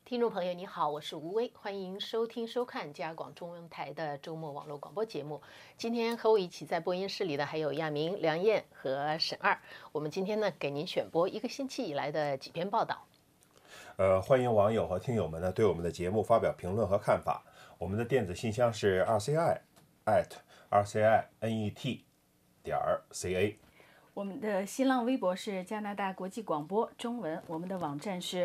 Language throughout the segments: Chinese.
听众朋友，你好，我是吴薇，欢迎收听收看加广中文台的周末网络广播节目。今天和我一起在播音室里的还有亚明、梁燕和沈二。我们今天呢，给您选播一个星期以来的几篇报道。 欢迎网友和听友们呢对我们的节目发表评论和看法。我们的电子信箱是 rci@rcinet.ca。 我们的新浪微博是加拿大国际广播中文，我们的网站是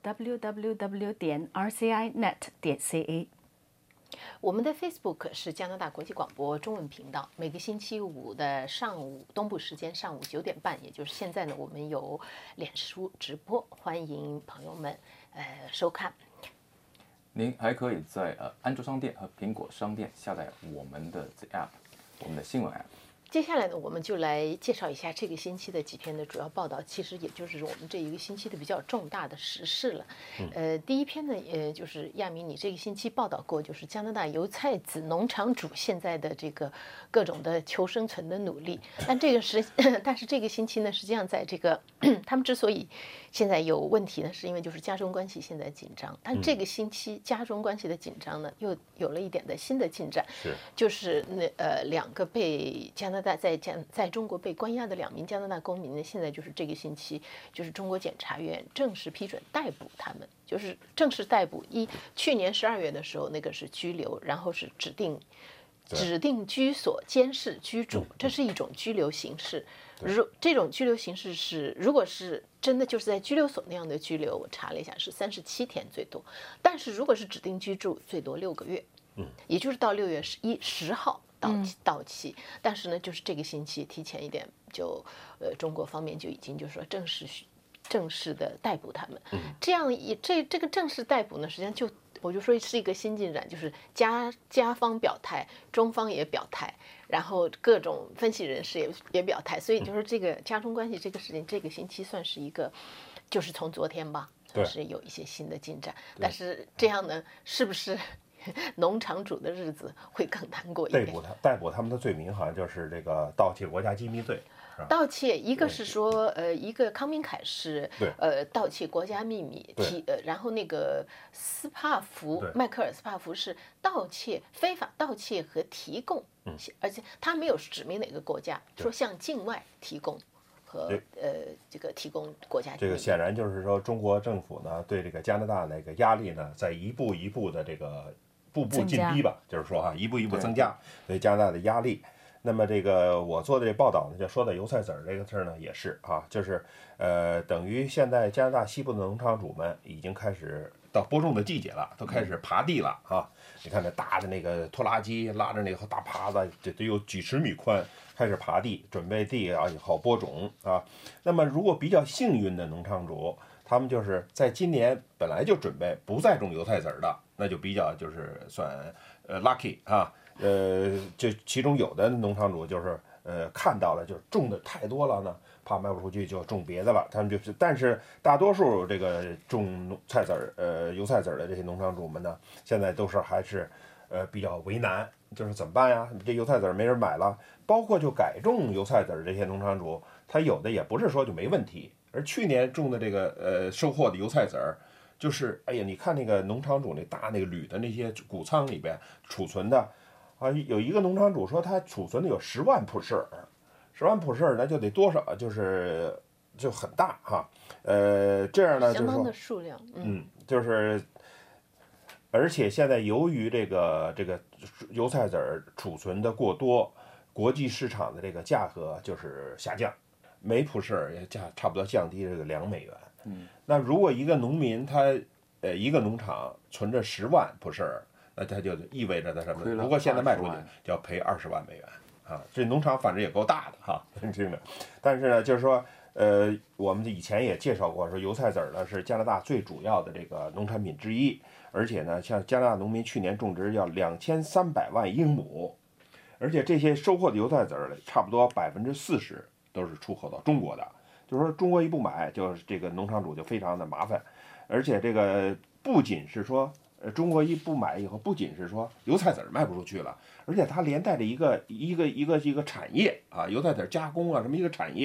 www.rcinet.ca。 我们的 Facebook 是加拿大国际广播中文频道，每个星期五的上午东部时间上午9点半，也就是现在呢，我们有脸书直播，欢迎朋友们收看。 您还可以在安卓商店和苹果商店下载我们的 App， 我们的新闻 App。 接下来呢，我们就来介绍一下这个星期的几篇的主要报道，其实也就是我们这一个星期的比较重大的时事了。第一篇呢，就是亚明，你这个星期报道过，就是加拿大油菜籽农场主现在的这个各种的求生存的努力。但是这个星期呢，实际上在这个他们之所以现在有问题呢，是因为就是家中关系现在紧张。但这个星期家中关系的紧张呢，又有了一点的新的进展，就是两个被加拿大在中国被关押的2名加拿大公民呢，现在就是这个星期，就是中国检察院正式批准逮捕他们，就是正式逮捕。去年12月的时候，那个是拘留，然后是指定居所监视居住，这是一种拘留形式。这种拘留形式是，如果是真的就是在拘留所那样的拘留，我查了一下是37天最多，但是如果是指定居住，最多6个月，也就是到6月10号。到期，但是呢，就是这个星期提前一点，就中国方面就已经就是说正式的逮捕他们。这样这个正式逮捕呢，实际上我就说是一个新进展，就是加方表态，中方也表态，然后各种分析人士也表态，所以就是这个家中关系这个事情，这个星期算是一个，就是从昨天吧，算是有一些新的进展。但是这样呢，是不是？农场主的日子会更难过一点。 逮捕他们的罪名好像就是这个盗窃国家机密罪。 盗窃，一个是说一个康明凯是盗窃国家秘密，然后那个迈克尔斯帕福是非法盗窃和提供，而且他没有指明哪个国家，说向境外提供。和这个提供国家这个显然就是说，中国政府呢对这个加拿大那个压力呢，在一步一步的这个步步进逼吧，就是说一步一步增加对加拿大的压力。那么这个我做的这报道呢，就说到油菜籽这个事儿呢，也是就是等于现在加拿大西部的农场主们已经开始到播种的季节了，都开始耙地了你看那大的那个拖拉机拉着那个大耙子，这都有几十米宽，开始耙地，准备地好播种那么如果比较幸运的农场主，他们就是在今年本来就准备不再种油菜籽的，那就比较就是算lucky这其中有的农场主就是看到了就是种的太多了呢，怕卖不出去就种别的了，他们但是大多数这个种油菜籽的这些农场主们呢，现在都是还是比较为难，就是怎么办呀？这油菜籽没人买了，包括就改种油菜籽这些农场主，他有的也不是说就没问题，而去年种的这个收获的油菜籽就是你看那个农场主那大那个铝的那些谷仓里边储存的有一个农场主说他储存的有10万普舍尔，10万普舍尔那就得多少，就很大这样呢就是说相当的数量， 就是而且现在由于这个油菜籽储存的过多，国际市场的这个价格就是下降，每普舍尔也差不多降低这个2美元。那如果一个农民他一个农场存着10万普舍尔，那他就意味着他什么？如果现在卖出去就要赔20万美元这农场反正也够大的真的。但是呢，就是说我们以前也介绍过，说油菜籽呢是加拿大最主要的这个农产品之一，而且呢，像加拿大农民去年种植要2300万英亩，而且这些收获的油菜籽差不多40%都是出口到中国的。就是说中国一不买，就是这个农场主就非常的麻烦，而且这个不仅是说中国一不买以后，不仅是说油菜籽卖不出去了，而且它连带着一个产业油菜籽加工什么一个产业，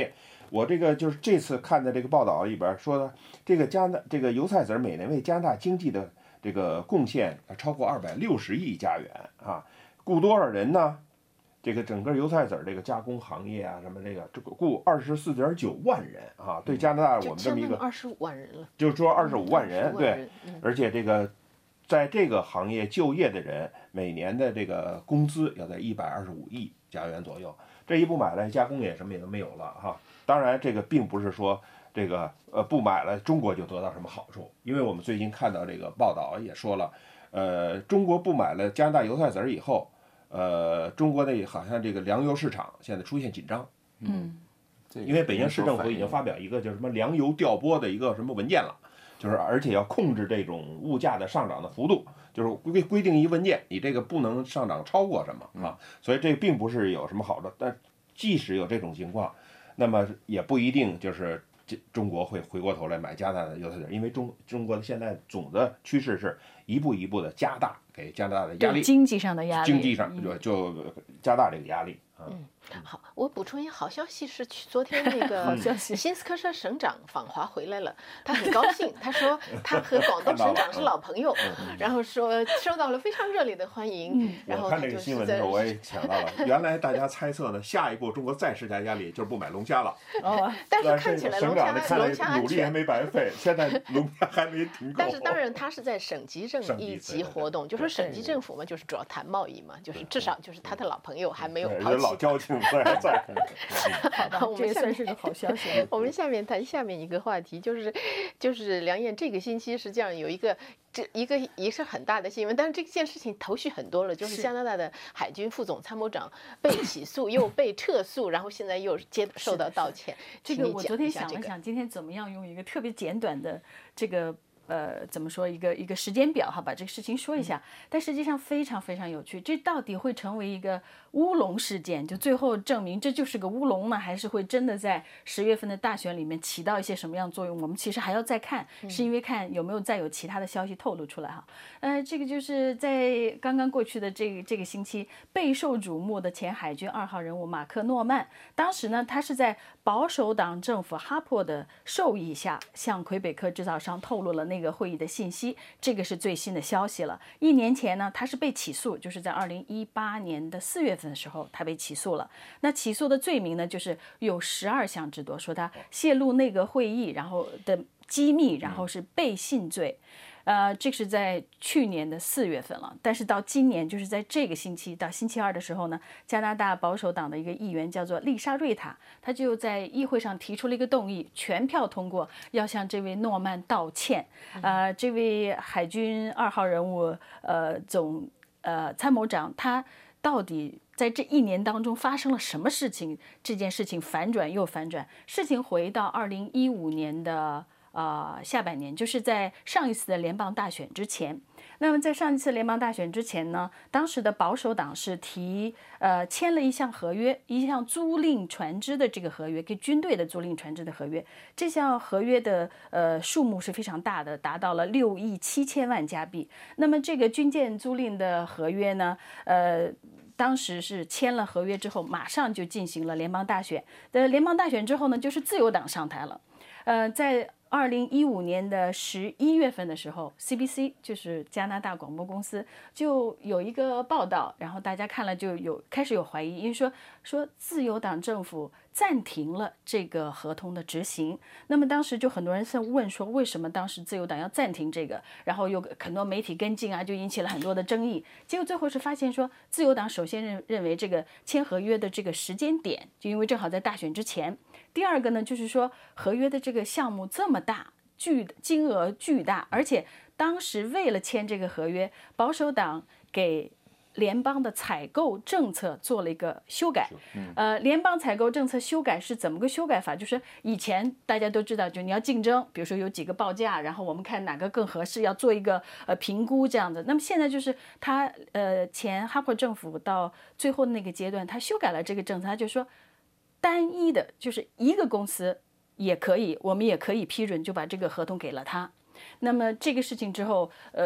我这个就是这次看的这个报道里边说的，这个油菜籽每年为加拿大经济的这个贡献超过260亿加元啊，雇多少人呢？这个整个油菜籽这个加工行业啊，什么这个雇24.9万人啊，对加拿大我们这么一个 25万人了， 就是说25万人，对， 嗯， 而且这个在这个行业就业的人每年的这个工资要在125亿加元左右，这一不买了，加工也什么也都没有了哈。当然，这个并不是说这个不买了中国就得到什么好处，因为我们最近看到这个报道也说了，中国不买了加拿大油菜籽以后。中国的好像这个粮油市场现在出现紧张，因为北京市政府已经发表一个叫什么粮油调拨的一个什么文件了，就是而且要控制这种物价的上涨的幅度，就是规定一文件，你这个不能上涨超过什么啊，所以这并不是有什么好的，但即使有这种情况，那么也不一定就是中国会回过头来买加拿大的油菜籽，因为中国的现在总的趋势是一步一步的加大给加拿大的压力， 经济上的压力， 经济上就加大这个压力啊。 好，我补充一个好消息是，昨天那个新斯科舍省长访华回来了，他很高兴，他说他和广东省长是老朋友，然后说收到了非常热烈的欢迎。然后我看这个新闻的时候，我也想到了，原来大家猜测呢，下一步中国再施加压力就是不买龙虾了。 但是看起来省长的努力还没白费，现在龙虾还没停够。 但是当然，他是在省级政一级活动，就说省级政府嘛，就是主要谈贸易嘛，就是至少就是他的老朋友还没有抛弃。 老交情。在好吧，这也算是个好消息。 我们下面谈下面一个话题，就是梁燕这个星期实际上有一个也是很大的新闻，但是这件事情头绪很多了，就是加拿大的海军副总参谋长被起诉又被撤诉，然后现在又受到道歉。 这个我昨天想了想，今天怎么样用一个特别简短的这个。怎么说一个时间表哈，把这个事情说一下。但实际上非常非常有趣，这到底会成为一个乌龙事件，就最后证明这就是个乌龙呢，还是会真的在10月份的大选里面起到一些什么样作用？我们其实还要再看，是因为看有没有再有其他的消息透露出来哈。这个就是在刚刚过去的这个星期，备受瞩目的前海军2号人物马克诺曼，当时呢，他是在保守党政府哈珀的授意下，向魁北克制造商透露了那个会议的信息，这个是最新的消息了。1年前呢，他是被起诉，就是在2018年的4月份的时候，他被起诉了。那起诉的罪名呢，就是有12项之多，说他泄露那个会议然后的机密，然后是背信罪。这是在去年的4月份了，但是到今年，就是在这个星期到星期二的时候呢，加拿大保守党的一个议员叫做丽莎瑞塔，他就在议会上提出了一个动议，全票通过，要向这位诺曼道歉。这位海军2号人物，参谋长，他到底在这1年当中发生了什么事情？这件事情反转又反转，事情回到2015年的。下半年，就是在上一次的联邦大选之前。那么在上一次联邦大选之前呢，当时的保守党是签了一项合约，一项租赁船只的这个合约，给军队的租赁船只的合约。这项合约的数目是非常大的，达到了6亿7千万加币。那么这个军舰租赁的合约呢，当时是签了合约之后，马上就进行了联邦大选。联邦大选之后呢，就是自由党上台了。在2015年的11月份的时候 ，CBC 就是加拿大广播公司就有一个报道，然后大家看了就开始有怀疑，因为说自由党政府暂停了这个合同的执行。那么当时就很多人在问说，为什么当时自由党要暂停这个？然后有很多媒体跟进啊，就引起了很多的争议。结果最后是发现说，自由党首先认为这个签合约的这个时间点，就因为正好在大选之前。第二个呢，就是说合约的这个项目这么大，金额巨大，而且当时为了签这个合约，保守党给联邦的采购政策做了一个修改。联邦采购政策修改是怎么个修改法？就是以前大家都知道，就你要竞争，比如说有几个报价，然后我们看哪个更合适，要做一个评估这样的。那么现在就是他前哈珀政府到最后的那个阶段，他修改了这个政策，他就说单一的，就是一个公司也可以，我们也可以批准，就把这个合同给了他。那么这个事情之后，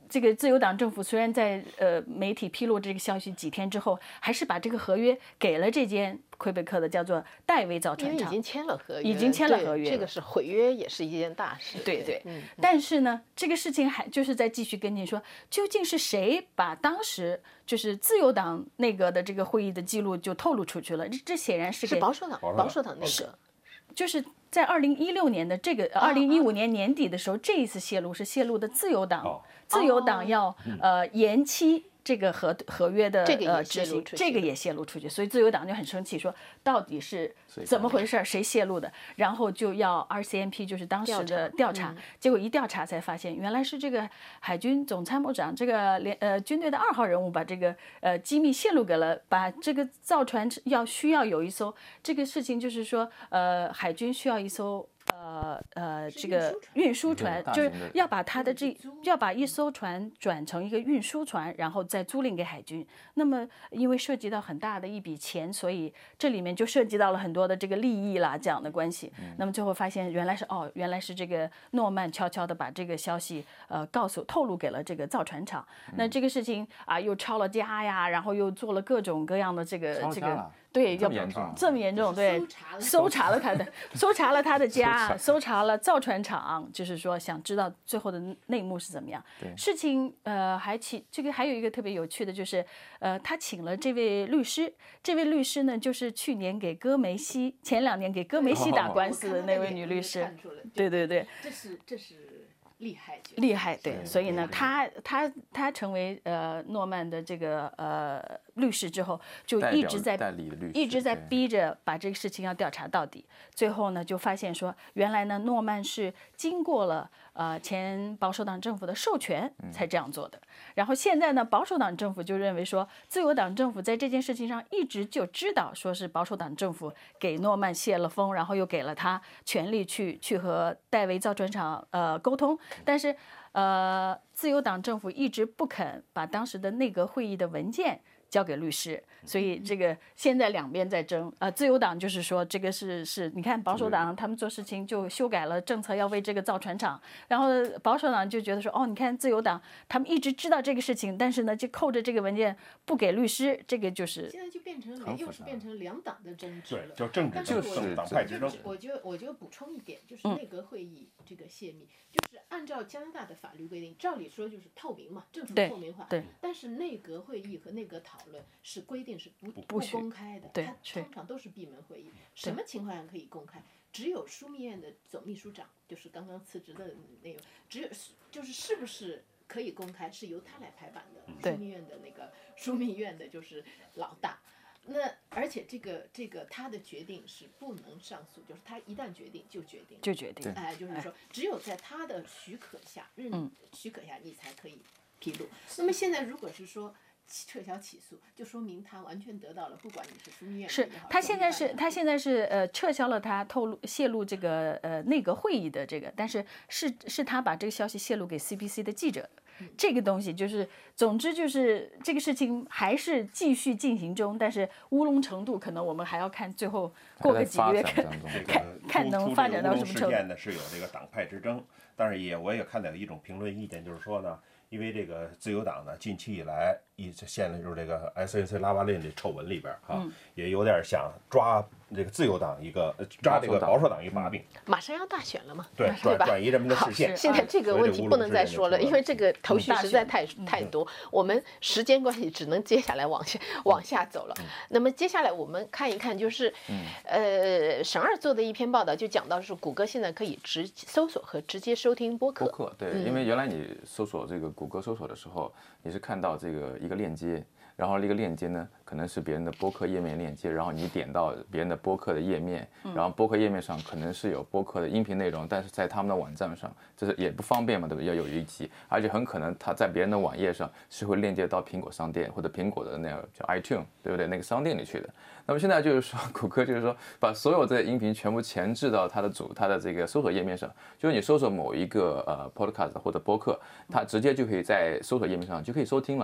这个自由党政府虽然在媒体披露这个消息几天之后，还是把这个合约给了这间魁北克的叫做戴维造船厂， 已经签了合约， 已经签了合约， 这个是毁约也是一件大事。 对，但是呢，这个事情还就是在继续跟进说，究竟是谁把当时就是自由党内阁的这个会议的记录就透露出去了？这显然是给保守党内阁。 就是在2016年的这个2015年年底的时候，这一次泄露是泄露的自由党要延期这个合约的执行，这个也泄露出去，所以自由党就很生气，说到底是怎么回事，谁泄露的？然后就要 RCMP 就是当时的调查，结果一调查才发现，原来是这个海军总参谋长这个军队的2号人物把这个机密泄露给了，把这个造船需要有一艘，这个事情就是说海军需要一艘。这个运输船就是要把要把一艘船转成一个运输船，然后再租赁给海军。那么因为涉及到很大的一笔钱，所以这里面就涉及到了很多的这个利益啦这样的关系。那么最后发现原来是这个诺曼悄悄的把这个消息透露给了这个造船厂。那这个事情又抄了家呀，然后又做了各种各样的这个。对， 这么严重，对，搜查了他的家，搜查了造船厂，就是说想知道最后的内幕是怎么样。事情还有一个特别有趣的就是，他请了这位律师，这位律师呢就是去年前2年给戈梅西打官司的那位女律师。对， 这是厉害，对，所以呢，他成为诺曼的这个律师之后，就一直在逼着把这个事情要调查到底。最后呢，就发现说，原来呢，诺曼是经过了前保守党政府的授权才这样做的。然后现在呢，保守党政府就认为说，自由党政府在这件事情上一直就知道，说是保守党政府给诺曼泄了风，然后又给了他权力去和戴维造船厂沟通。但是自由党政府一直不肯把当时的内阁会议的文件交给律师，所以这个现在两边在争。自由党就是说这个是你看保守党他们做事情就修改了政策，要为这个造船厂，然后保守党就觉得说你看自由党他们一直知道这个事情，但是呢就扣着这个文件不给律师，这个就是现在就变成两党的争执了。 对，叫政治争执，党派之争。 我就补充一点，就是内阁会议这个泄密，就是按照加拿大的法律规定，照理说就是透明嘛，政府透明化。 对。 但是内阁会议和内阁讨论是规定是不公开的，它通常都是闭门会议。什么情况下可以公开？只有枢密院的总秘书长，就是刚刚辞职的那个，就是是不是可以公开，是由他来拍板的。枢密院的那个枢密院的就是老大。那而且这个他的决定是不能上诉，就是他一旦决定就决定。就是说只有在他的许可下，许可下你才可以披露。那么现在如果是说撤销起诉，就说明他完全得到了，不管你是枢密院是他现在是撤销了他泄露这个内阁会议的这个，但是他把这个消息泄露给 CBC 的记者。这个东西就是，总之就是这个事情还是继续进行中，但是乌龙程度可能我们还要看最后过个几个月看能发展到什么程度。 事件呢是有这个党派之争，但是我也看到有一种评论意见，就是说呢，因为这个自由党呢近期以来陷入这个 SNC 拉瓦林的丑闻里边也有点想抓这个自由党抓这个保守党一把柄。 马上要大选了嘛， 对吧？转移人们的视线。 现在这个问题不能再说了，因为这个头绪实在太多，我们时间关系只能接下来往下走了。那么接下来我们看一看，就是省二做的一篇报道，就讲到是谷歌现在可以搜索和直接收听播客。 对，因为原来你搜索这个谷歌搜索的时候，你是看到这个一个链接。然后这个链接呢，可能是别人的播客页面链接，然后你点到别人的播客的页面，然后播客页面上可能是有播客的音频内容，但是在他们的网站上，这是也不方便嘛，对不对？要有一集，而且很可能它在别人的网页上是会链接到苹果商店或者苹果的那个叫 iTunes， 对不对？那个商店里去的。那么现在就是说，谷歌就是说把所有这些音频全部前置到它的这个搜索页面上，就是你搜索某一个podcast 或者播客，它直接就可以在搜索页面上就可以收听了。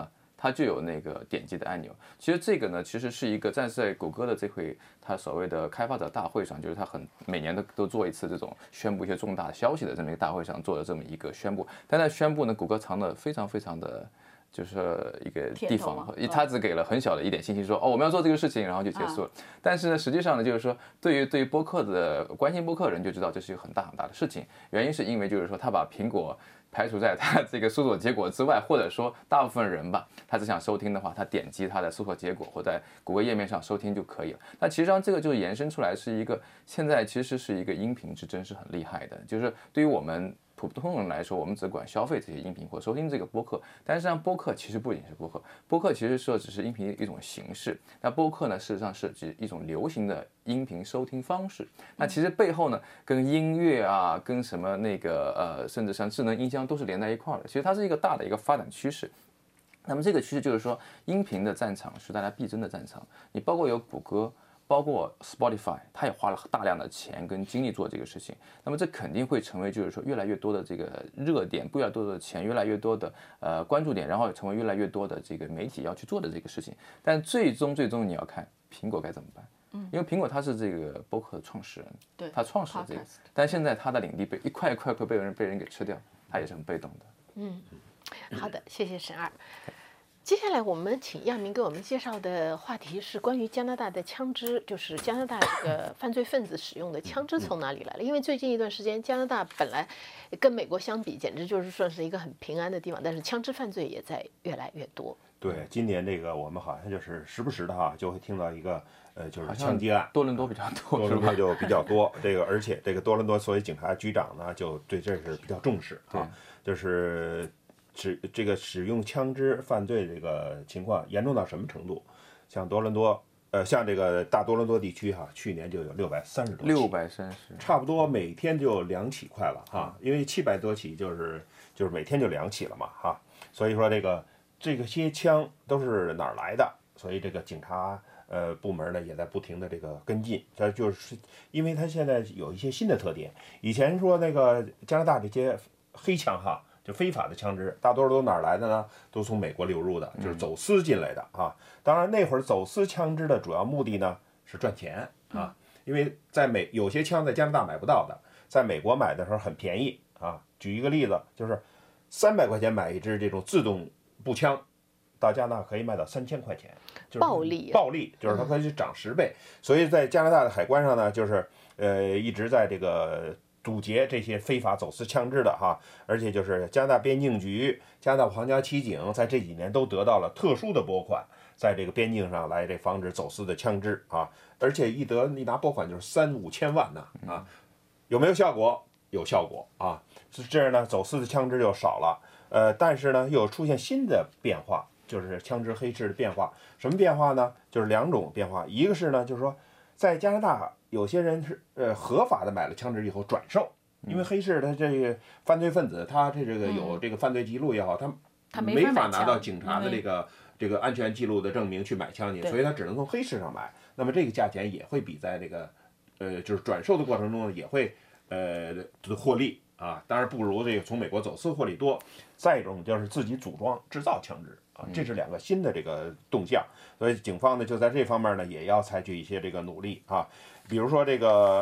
它就有那个点击的按钮。其实这个呢，其实是一个在谷歌的这回它所谓的开发者大会上，就是它每年都做一次这种宣布一些重大消息的这么一个大会上做的这么一个宣布。但在宣布呢，谷歌藏的非常非常的。就是一个地方，他只给了很小的一点信息，说我们要做这个事情，然后就结束了。但是呢，实际上呢，就是说对于播客的关心播客的人就知道这是一个很大很大的事情。原因是因为就是说他把苹果排除在他这个搜索结果之外，或者说大部分人吧，他只想收听的话，他点击他的搜索结果或在谷歌页面上收听就可以了。那其实上这个就延伸出来是一个现在其实是一个音频之争是很厉害的，就是对于我们。普通人来说，我们只管消费这些音频或收听这个播客，但是实际上播客其实不仅是播客，播客其实说只是音频一种形式。那播客呢，事实上是指一种流行的音频收听方式。那其实背后呢，跟音乐啊，跟什么那个甚至像智能音箱都是连在一块儿的。其实它是一个大的一个发展趋势。那么这个趋势就是说，音频的战场是大家必争的战场。你包括有谷歌。包括 Spotify， 它也花了大量的钱跟精力做这个事情，那么这肯定会成为就是说越来越多的这个热点，越来越多的钱，越来越多的关注点，然后成为越来越多的这个媒体要去做的这个事情。但最终你要看苹果该怎么办，因为苹果它是这个播客的创始人， 对， 它创始了这个，但现在它的领地被一块一块被人给吃掉，它也是很被动的。 好的，谢谢沈二。接下来我们请亚明给我们介绍的话题是关于加拿大的枪支，就是加拿大这个犯罪分子使用的枪支从哪里来了？因为最近一段时间，加拿大本来跟美国相比，简直就是算是一个很平安的地方，但是枪支犯罪也在越来越多。 对，今年这个我们好像就是时不时的就会听到一个就是枪击案， 多伦多比较多， 多伦多就比较多。这个而且这个多伦多作为警察局长呢，就对这是比较重视就是这个使用枪支犯罪这个情况严重到什么程度？像多伦多，像这个大多伦多地区去年就有630多起 ，630， 差不多每天就2起快了因为700多起就是每天就2起了嘛所以说这些枪都是哪儿来的？所以这个警察部门呢也在不停的这个跟进，这就是因为它现在有一些新的特点。以前说那个加拿大这些黑枪就非法的枪支，大多数都哪儿来的呢？都从美国流入的，就是走私进来的当然那会儿走私枪支的主要目的呢是赚钱因为有些枪在加拿大买不到的，在美国买的时候很便宜举一个例子，就是300块钱买一支这种自动步枪，到加拿大可以卖到3000块钱，就是暴利，就是它可以涨10倍。所以在加拿大的海关上呢，就是一直在这个堵截这些非法走私枪支的而且就是加拿大边境局、加拿大皇家骑警在这几年都得到了特殊的拨款，在这个边境上来防止走私的枪支而且一拿拨款就是3-5千万呢有没有效果？有效果是这样呢，走私的枪支就少了但是呢又出现新的变化，就是枪支黑市的变化。什么变化呢？就是2种变化，一个是呢就是说在加拿大有些人是合法的买了枪支以后转售，因为黑市他这个犯罪分子他这个有这个犯罪记录也好，他没法拿到警察的这个安全记录的证明去买枪去，所以他只能从黑市上买。那么这个价钱也会比在这个就是转售的过程中也会获利当然不如这个从美国走私获利多。再一种就是自己组装制造枪支这是2个新的这个动向，所以警方呢就在这方面呢也要采取一些这个努力比如说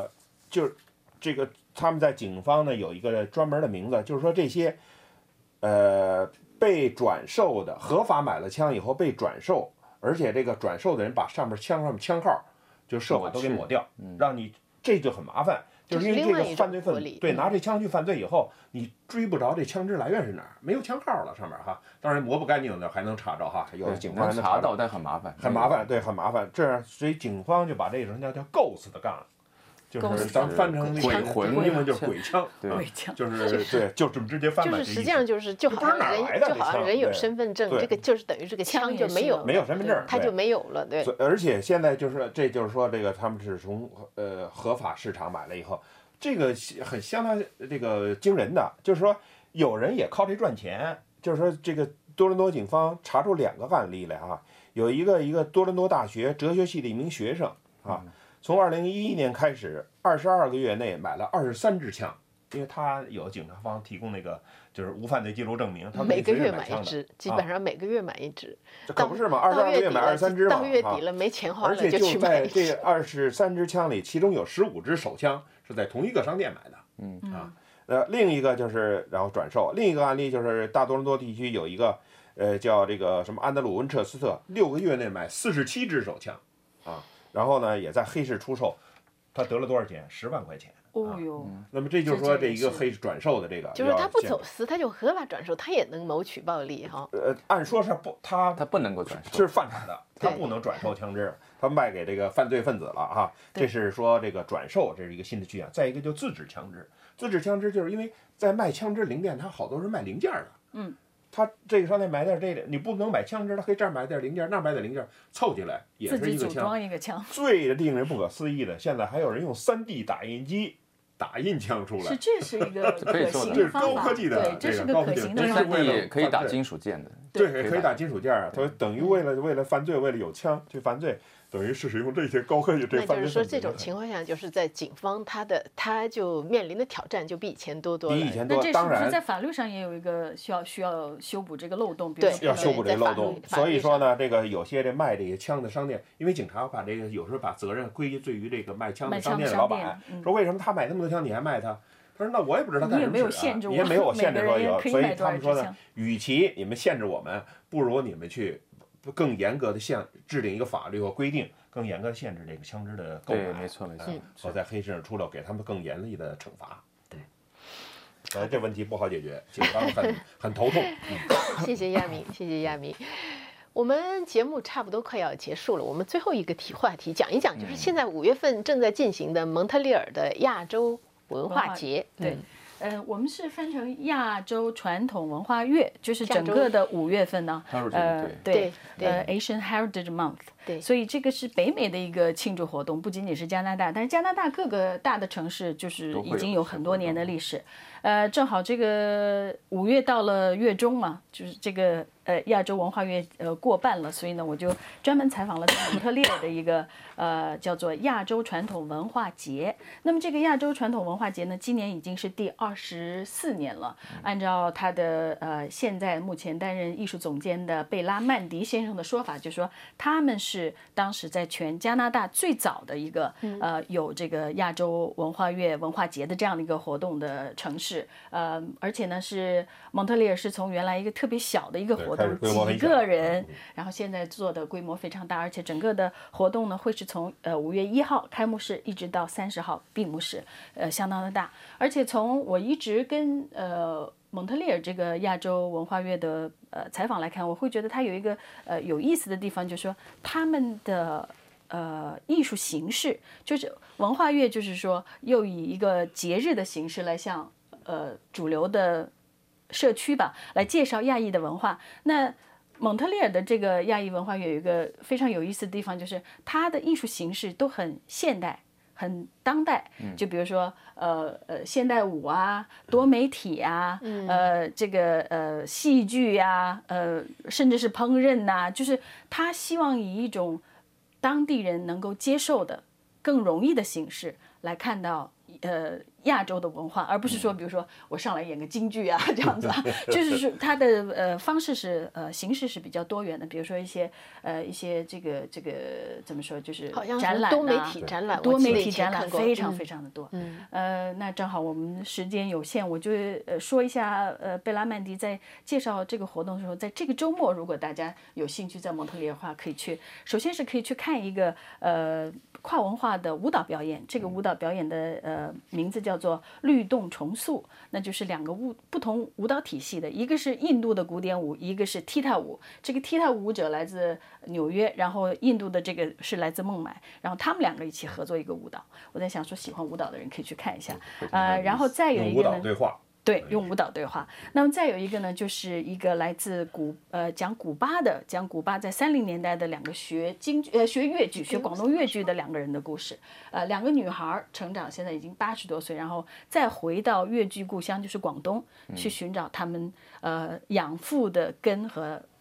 他们在警方呢有一个专门的名字，就是说这些被转售的合法买了枪以后被转售，而且这个转售的人把枪上面枪号就设法都给抹掉，让你这就很麻烦。就是因为这个犯罪分子拿这枪去犯罪以后，你追不着这枪支来源是哪儿，没有枪号了上面当然磨不干净的还能查着有的警方能查到，但很麻烦， 很麻烦，对，很麻烦。这样所以警方就把这种叫 ghost 的gun，就是咱们翻成鬼魂， 英文就是鬼枪， 鬼枪就是对，就这么直接翻版。 就是实际上就好像人有身份证，这个就是等于这个枪就没有身份证， 他就没有了，对。 而且现在这就是说这个他们是从合法市场买了以后，这个很相当这个惊人的，就是说有人也靠这赚钱。就是说这个多伦多警方查出2个案例来有一个多伦多大学哲学系的一名学生从2011年开始，22个月内买了23支枪， 因为他有警察方提供那个就是无犯罪记录证明，他每个月买一支，基本上每个月买一支。 这可不是嘛，22个月买23支嘛， 到月底了没钱花了而且就去买在这23支枪里，其中有15支手枪是在同一个商店买的。另一个就是然后转售，另一个案例就是大多伦多地区有一个叫这个什么安德鲁温彻斯特，6个月内买47支手枪然后呢也在黑市出售，他得了多少钱？10万块钱。 哦哟， 那么这就是说这一个黑转售的这个， 就是他不走私，他就合法转售，他也能谋取暴利哈。 按说是不，他不能够转售， 是犯法的，他不能转售枪支，他卖给这个犯罪分子了哈。这是说这个转售，这是一个新的趋向。再一个就自制枪支，自制枪支就是因为在卖枪支零店，他好多是卖零件的，他这个商店买点这个，你不能买枪支，他可以这儿买点零件，那儿买点零件，凑起来也是一个枪。 自己组装一个枪。 最令人不可思议的，现在还有人用3D 打印机打印枪出来， 这是一个可行的方法， 高科技的， 对，这是个可行的方法。 3D 可以打金属件的， 对，可以打金属件啊。他等于为了犯罪，为了有枪去犯罪，等于是使用这些高科技。 那就是说，这种情况下，就是在警方他就面临的挑战就比以前多了。 比以前多， 那这当然是不是在法律上也有一个需要修补这个漏洞？ 对， 要修补这个漏洞。所以说呢， 这个有些卖这些枪的商店，因为警察把这个有时候把责任归罪于这个卖枪的商店的老板，说为什么他买那么多枪你还卖他？他说那我也不知道他干什么使啊，你也没有限制说有，所以他们说呢，与其你们限制我们，不如你们去更严格的制定一个法律和规定，更严格的限制这个枪支的购买。 对，没错没错。 我在黑市上出了，给他们更严厉的惩罚。这问题不好解决，警方很头痛。 谢谢亚明，谢谢亚明。我们节目差不多快要结束了，我们最后一个话题讲一讲，就是现在5月份正在进行的蒙特利尔的亚洲文化节。 对，我们是分成亚洲传统文化月，就是整个的5月份呢， 对 Asian Heritage Month。 对， 所以这个是北美的一个庆祝活动，不仅仅是加拿大，但是加拿大各个大的城市就是已经有很多年的历史。正好这个5月到了月中嘛，就是这个亚洲文化月过半了，所以呢我就专门采访了蒙特利尔的一个叫做亚洲传统文化节。那么这个亚洲传统文化节呢，今年已经是第24年了。按照他的现在目前担任艺术总监的贝拉曼迪先生的说法，就是说他们是当时在全加拿大最早的一个有这个亚洲文化月文化节的这样的一个活动的城市。而且呢是蒙特利尔是从原来一个特别小的一个活动，几个人，然后现在做的规模非常大，而且整个的活动呢会是从5月1号开幕式一直到30号闭幕式，相当的大。而且从我一直跟蒙特利尔这个亚洲文化月的采访来看，我会觉得它有一个有意思的地方，就是说他们的艺术形式，就是文化月，就是说又以一个节日的形式来向主流的社区吧来介绍亚裔的文化。那蒙特利尔的这个亚裔文化月有一个非常有意思的地方，就是它的艺术形式都很现代很当代，就比如说现代舞啊，多媒体啊，这个戏剧呀，甚至是烹饪呐，就是他希望以一种当地人能够接受的更容易的形式来看到亚洲的文化，而不是说比如说我上来演个京剧啊这样子啊，就是说它的方式是形式是比较多元的，比如说一些这个怎么说，就是展览啊， 多媒体展览， 多媒体展览非常非常的多。那正好我们时间有限，我就说一下贝拉曼迪在介绍这个活动的时候，在这个周末如果大家有兴趣在蒙特利尔的话，可以去，首先是可以去看一个跨文化的舞蹈表演，这个舞蹈表演的名字叫做律动重塑，那就是两个不同舞蹈体系的，一个是印度的古典舞，一个是踢踏舞。这个踢踏舞者来自纽约，然后印度的这个是来自孟买，然后他们两个一起合作一个舞蹈。我在想说，喜欢舞蹈的人可以去看一下。然后再有一个呢， 舞蹈对话。 对，用舞蹈对话。那么再有一个呢，就是一个来自讲古巴在30年代的两个学粤剧、学广东粤剧的两个人的故事。两个女孩成长，现在已经80多岁，然后再回到粤剧故乡，就是广东，去寻找他们养父的根和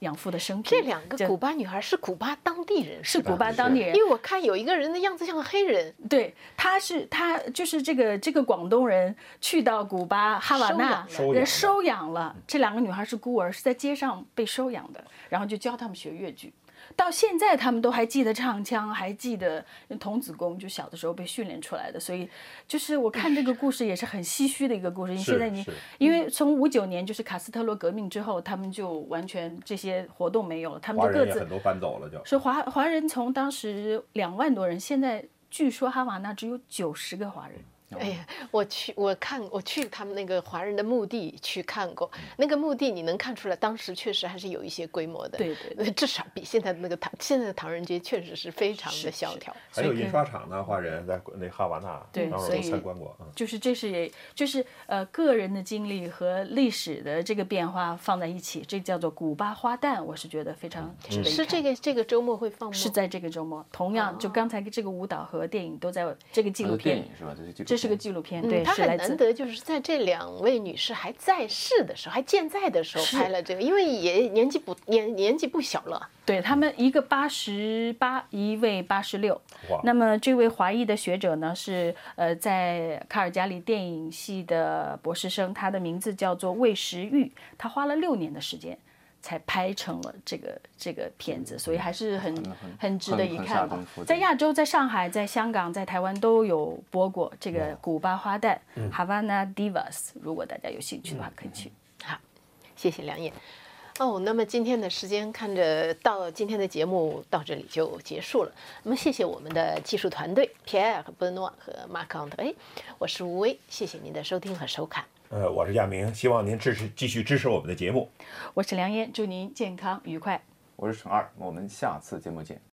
养父的生平。 这两个古巴女孩是古巴当地人， 是古巴当地人， 因为我看有一个人的样子像个黑人。 对，他就是这个广东人去到古巴哈瓦那人收养了这两个女孩，是孤儿，是在街上被收养的，然后就教他们学越剧。到现在他们都还记得唱腔，还记得童子功，就小的时候被训练出来的。所以就是我看这个故事也是很唏嘘的一个故事。现在因为从59年就是卡斯特罗革命之后，他们就完全这些活动没有了，他们就各自很多搬走了， 是华人从当时2万多人，现在据说哈瓦那只有90个华人。 哎呀，我去他们那个华人的墓地去看过，那个墓地你能看出来，当时确实还是有一些规模的， 对， 至少比现在的现在的唐人街确实是非常的萧条。 还有印刷厂呢，华人在那哈瓦那， 对， 所以参观过。 就是个人的经历和历史的这个变化放在一起，这叫做古巴花旦，我是觉得非常值得一看。 是这个周末会放吗？ 是在这个周末，同样就刚才这个舞蹈和电影都在这个纪录片， 电影是吧？ 这是个纪录片，对， 它很难得，就是在这2位女士还在世的时候，还健在的时候拍了这个，因为也年纪不小了。 对，他们一个88，一位86。那么这位华裔的学者呢是在卡尔加里电影系的博士生，他的名字叫做魏时玉，他花了6年的时间才拍成了这个片子，所以还是很值得一看的。在亚洲，在上海，在香港，在台湾都有播过这个古巴花旦 Havana Divas， 如果大家有兴趣的话，可以去。 好，谢谢梁燕。那么今天的时间看着到今天的节目到这里就结束了。那么谢谢我们的技术团队 Pierre 和 Benoit 和 Marc André， 我是吴薇，谢谢您的收听和收看。 我是亚明，希望您继续支持我们的节目。 我是梁燕，祝您健康愉快。 我是陈二，我们下次节目见。